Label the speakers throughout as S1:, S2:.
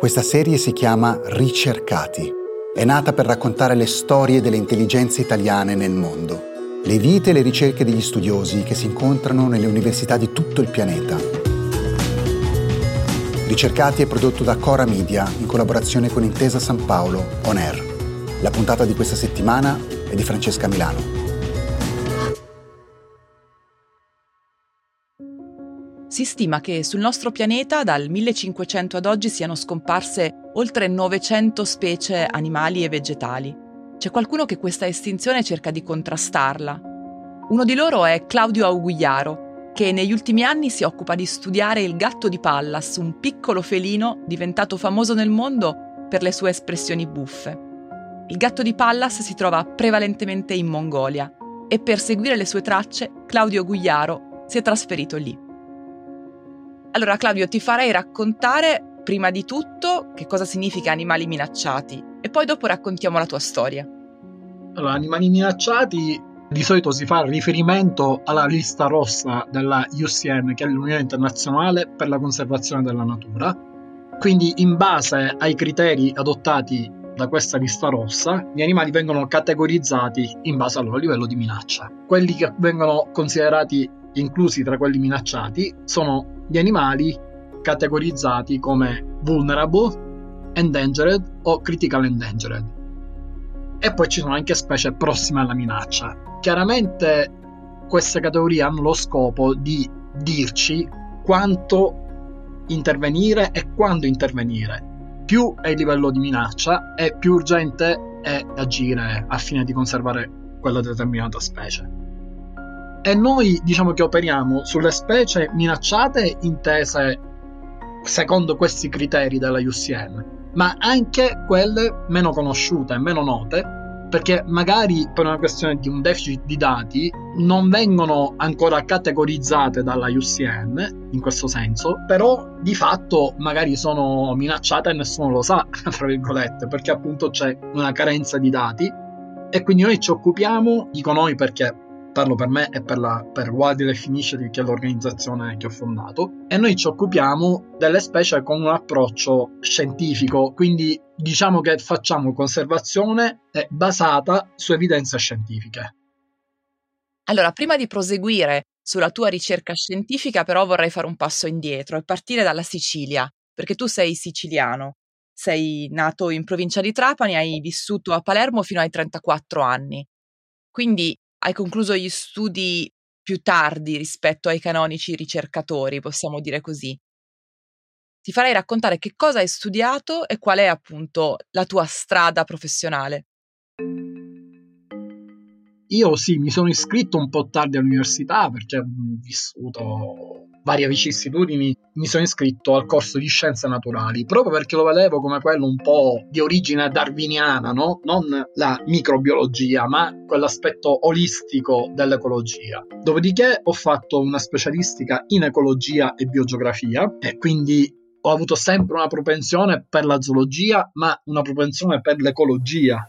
S1: Questa serie si chiama Ricercati. È nata per raccontare le storie delle intelligenze italiane nel mondo, le vite e le ricerche degli studiosi che si incontrano nelle università di tutto il pianeta. Ricercati è prodotto da Cora Media in collaborazione con Intesa San Paolo On Air. La puntata di questa settimana è di Francesca Milano.
S2: Si stima che sul nostro pianeta dal 1500 ad oggi siano scomparse oltre 900 specie animali e vegetali. C'è qualcuno che questa estinzione cerca di contrastarla. Uno di loro è Claudio Augugliaro, che negli ultimi anni si occupa di studiare il gatto di Pallas, un piccolo felino diventato famoso nel mondo per le sue espressioni buffe. Il gatto di Pallas si trova prevalentemente in Mongolia e per seguire le sue tracce Claudio Augugliaro si è trasferito lì. Allora Claudio, ti farei raccontare prima di tutto che cosa significa animali minacciati e poi dopo raccontiamo la tua storia.
S3: Allora, animali minacciati di solito si fa riferimento alla lista rossa della IUCN, che è l'Unione Internazionale per la Conservazione della Natura. Quindi in base ai criteri adottati da questa lista rossa, gli animali vengono categorizzati in base al loro livello di minaccia. Quelli che vengono considerati inclusi tra quelli minacciati sono gli animali categorizzati come vulnerable, endangered o critical endangered. E poi ci sono anche specie prossime alla minaccia. Chiaramente queste categorie hanno lo scopo di dirci quanto intervenire e quando intervenire. Più è il livello di minaccia e più urgente è agire al fine di conservare quella determinata specie. E noi diciamo che operiamo sulle specie minacciate intese secondo questi criteri della IUCN, ma anche quelle meno conosciute, meno note, perché magari per una questione di un deficit di dati non vengono ancora categorizzate dalla IUCN in questo senso, però di fatto magari sono minacciate e nessuno lo sa, tra virgolette, perché appunto c'è una carenza di dati. E quindi noi ci occupiamo, dico noi perché parlo per me e per Wildlife Initiative, che è l'organizzazione che ho fondato, e noi ci occupiamo delle specie con un approccio scientifico, quindi diciamo che facciamo conservazione basata su evidenze scientifiche.
S2: Allora, prima di proseguire sulla tua ricerca scientifica, però vorrei fare un passo indietro e partire dalla Sicilia, perché tu sei siciliano, sei nato in provincia di Trapani, hai vissuto a Palermo fino ai 34 anni, quindi hai concluso gli studi più tardi rispetto ai canonici ricercatori, possiamo dire così. Ti farei raccontare che cosa hai studiato e qual è appunto la tua strada professionale.
S3: Io sì, mi sono iscritto un po' tardi all'università perché ho vissuto varie vicissitudini. Mi sono iscritto al corso di scienze naturali proprio perché lo vedevo come quello un po' di origine darwiniana, no? Non la microbiologia, ma quell'aspetto olistico dell'ecologia. Dopodiché ho fatto una specialistica in ecologia e biogeografia e quindi ho avuto sempre una propensione per la zoologia, ma una propensione per l'ecologia.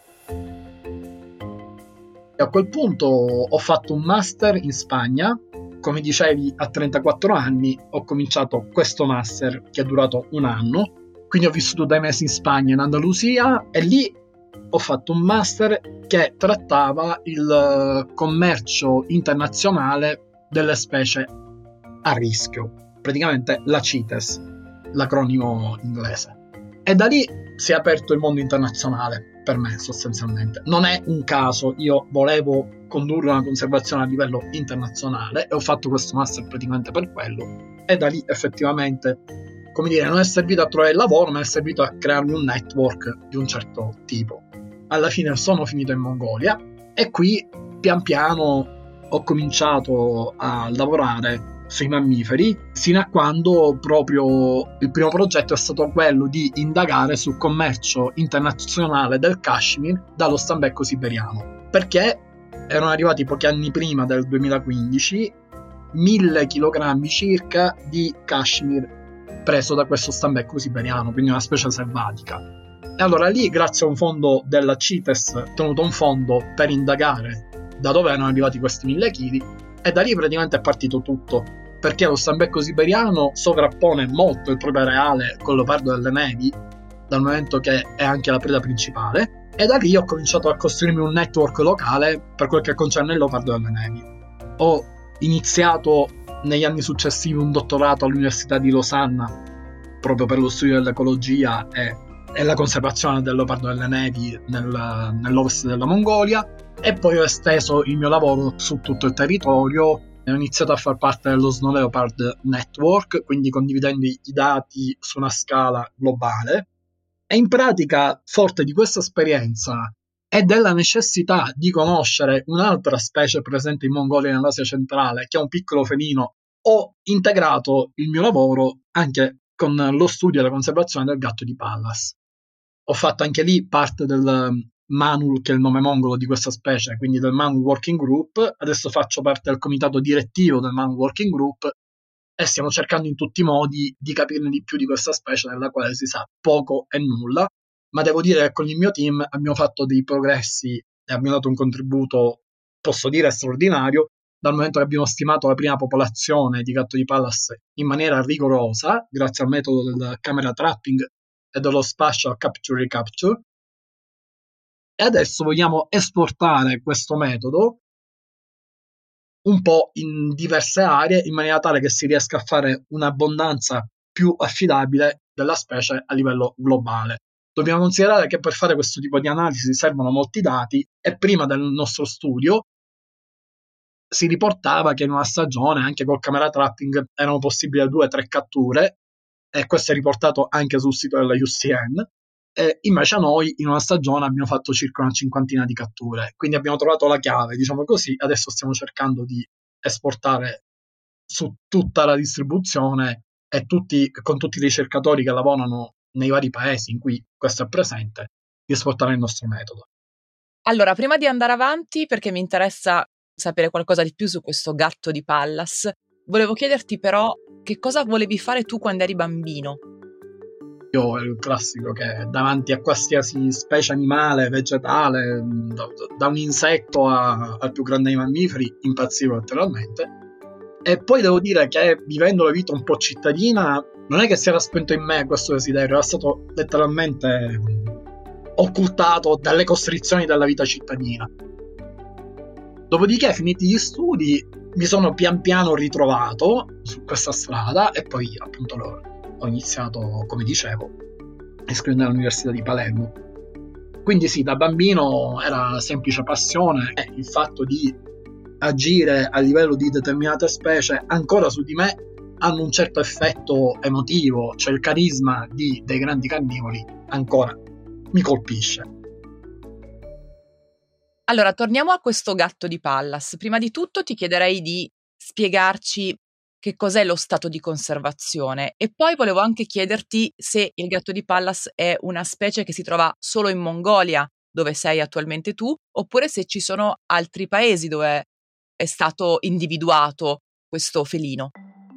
S3: E a quel punto ho fatto un master in Spagna. Come dicevi, a 34 anni ho cominciato questo master che è durato un anno, quindi ho vissuto 2 mesi in Spagna, in Andalusia, e lì ho fatto un master che trattava il commercio internazionale delle specie a rischio, praticamente la CITES, l'acronimo inglese. E da lì si è aperto il mondo internazionale per me sostanzialmente. Non è un caso, io volevo condurre una conservazione a livello internazionale e ho fatto questo master praticamente per quello, e da lì effettivamente, come dire, non è servito a trovare il lavoro, ma è servito a crearmi un network di un certo tipo. Alla fine sono finito in Mongolia e qui pian piano ho cominciato a lavorare sui mammiferi, sino a quando proprio il primo progetto è stato quello di indagare sul commercio internazionale del cashmere dallo stambecco siberiano, perché erano arrivati pochi anni prima del 2015 1000 kg circa di cashmere preso da questo stambecco siberiano, quindi una specie selvatica. E allora lì, grazie a un fondo della CITES, ho tenuto un fondo per indagare da dove erano arrivati questi 1000 kg, e da lì praticamente è partito tutto, perché lo stambecco siberiano sovrappone molto il proprio areale con il leopardo delle nevi dal momento che è anche la preda principale, e da lì ho cominciato a costruirmi un network locale per quel che concerne il leopardo delle nevi. Ho iniziato negli anni successivi un dottorato all'Università di Losanna proprio per lo studio dell'ecologia e la conservazione del leopardo delle nevi nell'ovest della Mongolia, e poi ho esteso il mio lavoro su tutto il territorio e ho iniziato a far parte dello Snow Leopard Network, quindi condividendo i dati su una scala globale. E in pratica, forte di questa esperienza e della necessità di conoscere un'altra specie presente in Mongolia e nell'Asia centrale, che è un piccolo felino, ho integrato il mio lavoro anche con lo studio e la conservazione del gatto di Pallas. Ho fatto anche lì parte del MANUL, che è il nome mongolo di questa specie, quindi del MANUL Working Group. Adesso faccio parte del comitato direttivo del MANUL Working Group e stiamo cercando in tutti i modi di capirne di più di questa specie della quale si sa poco e nulla, ma devo dire che con il mio team abbiamo fatto dei progressi e abbiamo dato un contributo, posso dire, straordinario, dal momento che abbiamo stimato la prima popolazione di gatto di Pallas in maniera rigorosa, grazie al metodo del camera trapping e dello spatial capture recapture, e adesso vogliamo esportare questo metodo un po' in diverse aree in maniera tale che si riesca a fare un'abbondanza più affidabile della specie a livello globale. Dobbiamo considerare che per fare questo tipo di analisi servono molti dati e prima del nostro studio si riportava che in una stagione anche col camera trapping erano possibili 2-3 catture, e questo è riportato anche sul sito della UCN. Invece noi in una stagione abbiamo fatto circa una cinquantina di catture, quindi abbiamo trovato la chiave, diciamo così. Adesso stiamo cercando di esportare su tutta la distribuzione e con tutti i ricercatori che lavorano nei vari paesi in cui questo è presente, di esportare il nostro metodo.
S2: Allora, prima di andare avanti, perché mi interessa sapere qualcosa di più su questo gatto di Pallas, volevo chiederti però che cosa volevi fare tu quando eri bambino?
S3: Io è il classico che davanti a qualsiasi specie animale, vegetale, da un insetto al più grande dei mammiferi, impazzivo letteralmente. E poi devo dire che vivendo la vita un po' cittadina, non è che si era spento in me questo desiderio, era stato letteralmente occultato dalle costrizioni della vita cittadina. Dopodiché, finiti gli studi, mi sono pian piano ritrovato su questa strada e poi appunto ho iniziato, come dicevo, a iscrivermi all'Università di Palermo. Quindi sì, da bambino era semplice passione e il fatto di agire a livello di determinate specie ancora su di me hanno un certo effetto emotivo, cioè il carisma dei grandi carnivori ancora mi colpisce.
S2: Allora, torniamo a questo gatto di Pallas. Prima di tutto ti chiederei di spiegarci che cos'è lo stato di conservazione e poi volevo anche chiederti se il gatto di Pallas è una specie che si trova solo in Mongolia, dove sei attualmente tu, oppure se ci sono altri paesi dove è stato individuato questo felino.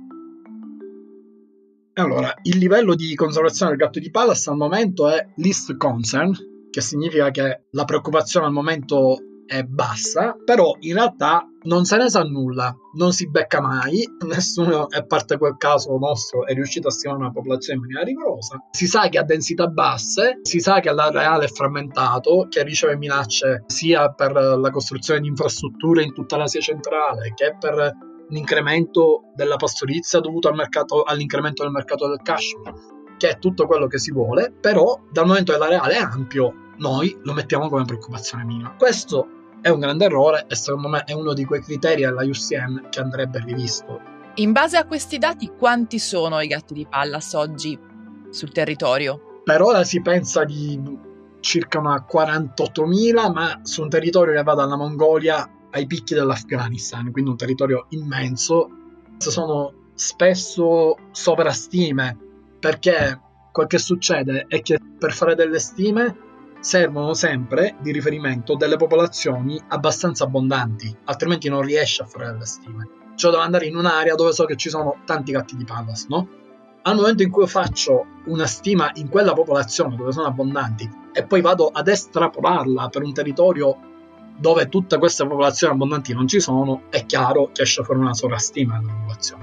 S3: Allora, il livello di conservazione del gatto di Pallas al momento è least concern, che significa che la preoccupazione al momento è bassa, però in realtà non se ne sa nulla, non si becca mai, nessuno, a parte quel caso nostro, è riuscito a stimare una popolazione in maniera rigorosa. Si sa che ha densità basse, si sa che l'areale è frammentato, che riceve minacce sia per la costruzione di infrastrutture in tutta l'Asia centrale, che per l'incremento della pastorizia dovuto all'incremento del mercato del cashmere, che è tutto quello che si vuole, però dal momento che l'areale è ampio noi lo mettiamo come preoccupazione minima. Questo è un grande errore e secondo me è uno di quei criteri della UCN che andrebbe rivisto.
S2: In base a questi dati, quanti sono i gatti di Pallas oggi sul territorio?
S3: Per ora si pensa di circa una 48.000, ma su un territorio che va dalla Mongolia ai picchi dell'Afghanistan, quindi un territorio immenso. Sono spesso sovrastime, perché quel che succede è che per fare delle stime servono sempre di riferimento delle popolazioni abbastanza abbondanti, altrimenti non riesci a fare delle stime. Cioè devo andare in un'area dove so che ci sono tanti gatti di Pallas, no? Al momento in cui faccio una stima in quella popolazione dove sono abbondanti e poi vado ad estrapolarla per un territorio dove tutte queste popolazioni abbondanti non ci sono, è chiaro che esce fuori una sovrastima della popolazione.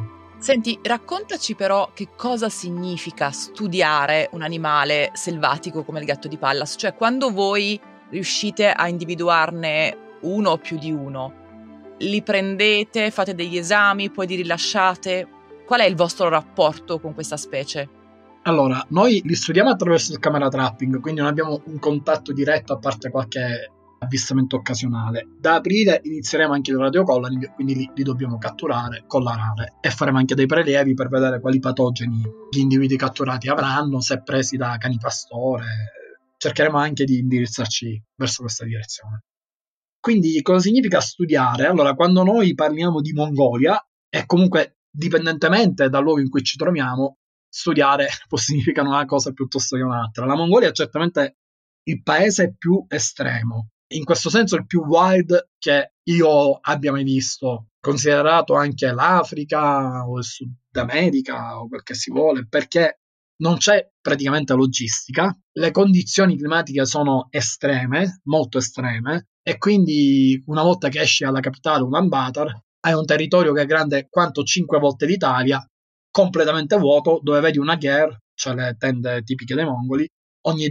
S2: Senti, raccontaci però che cosa significa studiare un animale selvatico come il gatto di Pallas, cioè quando voi riuscite a individuarne uno o più di uno, li prendete, fate degli esami, poi li rilasciate, qual è il vostro rapporto con questa specie?
S3: Allora, noi li studiamo attraverso il camera trapping, quindi non abbiamo un contatto diretto a parte qualche avvistamento occasionale. Da aprile inizieremo anche il radiocollaring, quindi li dobbiamo catturare, collarare e faremo anche dei prelievi per vedere quali patogeni gli individui catturati avranno, se presi da cani pastore. Cercheremo anche di indirizzarci verso questa direzione. Quindi cosa significa studiare? Allora, quando noi parliamo di Mongolia, e comunque dipendentemente dal luogo in cui ci troviamo, studiare può significare una cosa piuttosto che un'altra. La Mongolia è certamente il paese più estremo, in questo senso il più wild che io abbia mai visto, considerato anche l'Africa o il Sud America o quel che si vuole, perché non c'è praticamente logistica, le condizioni climatiche sono estreme, molto estreme, e quindi una volta che esci alla capitale Ulaanbaatar hai un territorio che è grande quanto 5 volte l'Italia, completamente vuoto, dove vedi una ger, cioè le tende tipiche dei mongoli, ogni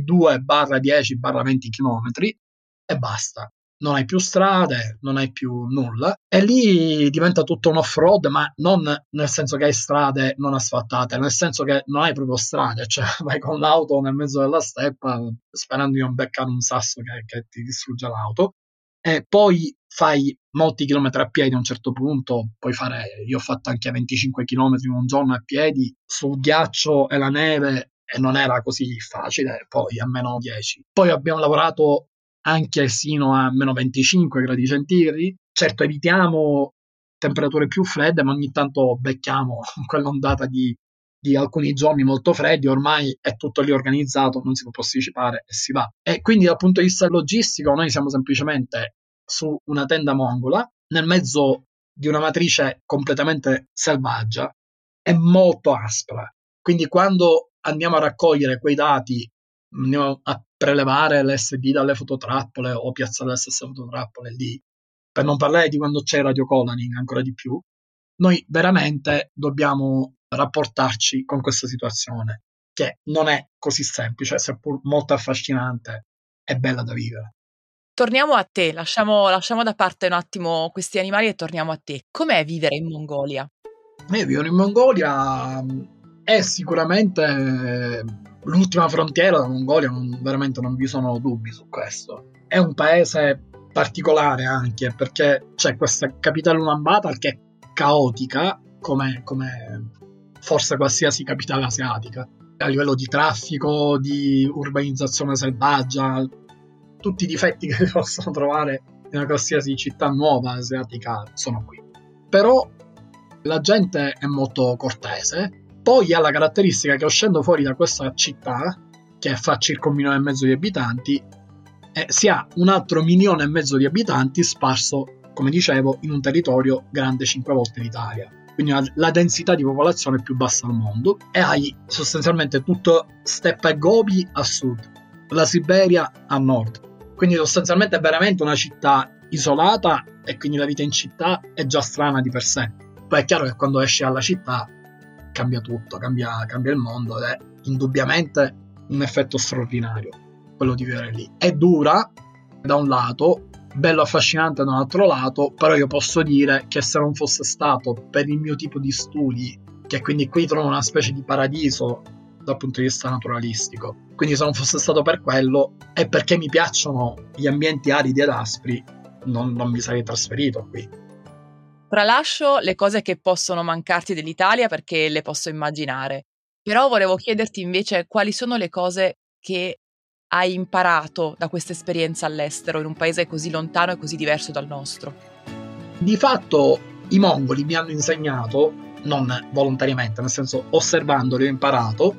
S3: 2-10-20 km e basta. Non hai più strade, non hai più nulla, e lì diventa tutto un off-road, ma non nel senso che hai strade non asfaltate, nel senso che non hai proprio strade, cioè vai con l'auto nel mezzo della steppa sperando di non beccare un sasso che ti distrugge l'auto, e poi fai molti chilometri a piedi a un certo punto, puoi fare, io ho fatto anche 25 chilometri un giorno a piedi sul ghiaccio e la neve, e non era così facile, poi a meno 10. Poi abbiamo lavorato anche sino a meno 25 gradi centigradi. Certo, evitiamo temperature più fredde, ma ogni tanto becchiamo quell'ondata di alcuni giorni molto freddi. Ormai è tutto lì organizzato, non si può posticipare e si va. E quindi dal punto di vista logistico noi siamo semplicemente su una tenda mongola nel mezzo di una matrice completamente selvaggia e molto aspra. Quindi quando andiamo a raccogliere quei dati, andiamo a prelevare l'SD dalle fototrappole o piazzare le stesse fototrappole lì, per non parlare di quando c'è radiocollaring ancora di più, noi veramente dobbiamo rapportarci con questa situazione, che non è così semplice, seppur molto affascinante e bella da vivere.
S2: Torniamo a te, lasciamo da parte un attimo questi animali e torniamo a te. Com'è vivere in Mongolia?
S3: Vivere in Mongolia è sicuramente l'ultima frontiera della Mongolia, veramente non vi sono dubbi su questo. È un paese particolare anche perché c'è questa capitale Ulaanbaatar che è caotica come forse qualsiasi capitale asiatica, a livello di traffico, di urbanizzazione selvaggia, tutti i difetti che si possono trovare in una qualsiasi città nuova asiatica sono qui. Però la gente è molto cortese. Poi ha la caratteristica che uscendo fuori da questa città, che fa circa 1,5 milioni di abitanti, si ha un altro 1,5 milioni di abitanti sparso, come dicevo, in un territorio grande 5 volte l'Italia. Quindi la densità di popolazione più bassa al mondo, e hai sostanzialmente tutto steppa e gobi a sud, la Siberia a nord. Quindi sostanzialmente è veramente una città isolata, e quindi la vita in città è già strana di per sé. Poi è chiaro che quando esci dalla città cambia tutto, cambia il mondo, ed è indubbiamente un effetto straordinario quello di vivere lì. È dura da un lato, bello affascinante da un altro lato, però io posso dire che se non fosse stato per il mio tipo di studi, che quindi qui trovo una specie di paradiso dal punto di vista naturalistico, quindi se non fosse stato per quello e perché mi piacciono gli ambienti aridi ed aspri, non mi sarei trasferito qui.
S2: Tralascio le cose che possono mancarti dell'Italia perché le posso immaginare, però volevo chiederti invece quali sono le cose che hai imparato da questa esperienza all'estero, in un paese così lontano e così diverso dal nostro.
S3: Di fatto i mongoli mi hanno insegnato, non volontariamente, nel senso osservandoli ho imparato,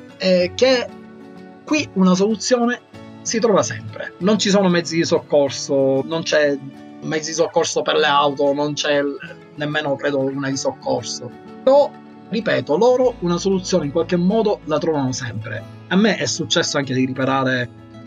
S3: che qui una soluzione si trova sempre. Non ci sono mezzi di soccorso, non c'è mezzi di soccorso per le auto, non c'è nemmeno, credo, una di soccorso. Però, ripeto, loro una soluzione in qualche modo la trovano sempre. A me è successo anche di riparare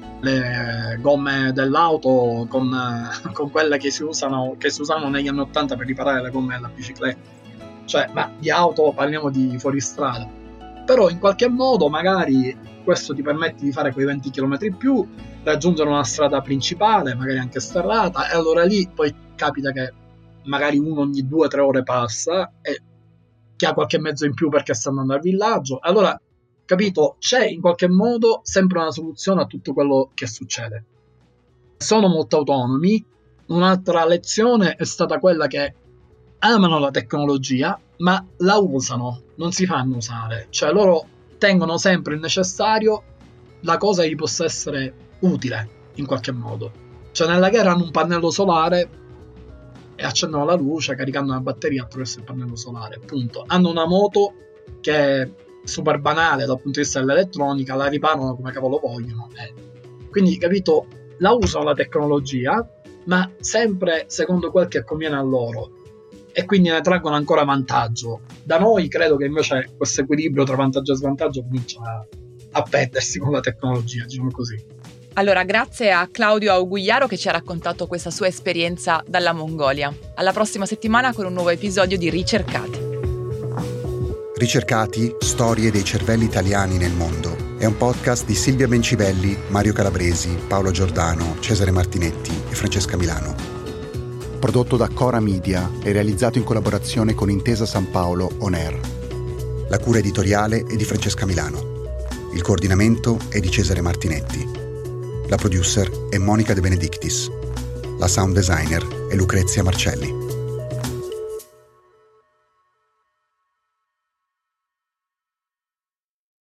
S3: le gomme dell'auto con quelle che si usano negli anni 80 per riparare le gomme della bicicletta. cioè, ma di auto parliamo di fuoristrada. Però in qualche modo magari questo ti permette di fare quei 20 km in più, raggiungere una strada principale, magari anche sterrata, e allora lì poi capita che magari uno ogni 2-3 ore passa e chi ha qualche mezzo in più perché sta andando al villaggio. Allora, capito, c'è in qualche modo sempre una soluzione a tutto quello che succede. Sono molto autonomi. Un'altra lezione è stata quella che amano la tecnologia, ma la usano, non si fanno usare. Cioè loro tengono sempre il necessario, la cosa gli possa essere utile in qualche modo. Cioè nella guerra hanno un pannello solare e accendono la luce caricando una batteria attraverso il pannello solare, punto. Hanno una moto che è super banale dal punto di vista dell'elettronica, la riparano come cavolo vogliono. Quindi, capito, la usano la tecnologia, ma sempre secondo quel che conviene a loro, e quindi ne traggono ancora vantaggio. Da noi credo che invece questo equilibrio tra vantaggio e svantaggio comincia a perdersi con la tecnologia, diciamo così.
S2: Allora, grazie a Claudio Augugliaro che ci ha raccontato questa sua esperienza dalla Mongolia. Alla prossima settimana con un nuovo episodio di Ricercati.
S1: Ricercati, storie dei cervelli italiani nel mondo. È un podcast di Silvia Bencivelli, Mario Calabresi, Paolo Giordano, Cesare Martinetti e Francesca Milano. Prodotto da Cora Media e realizzato in collaborazione con Intesa San Paolo On Air. La cura editoriale è di Francesca Milano. Il coordinamento è di Cesare Martinetti. La producer è Monica De Benedictis. La sound designer è Lucrezia Marcelli.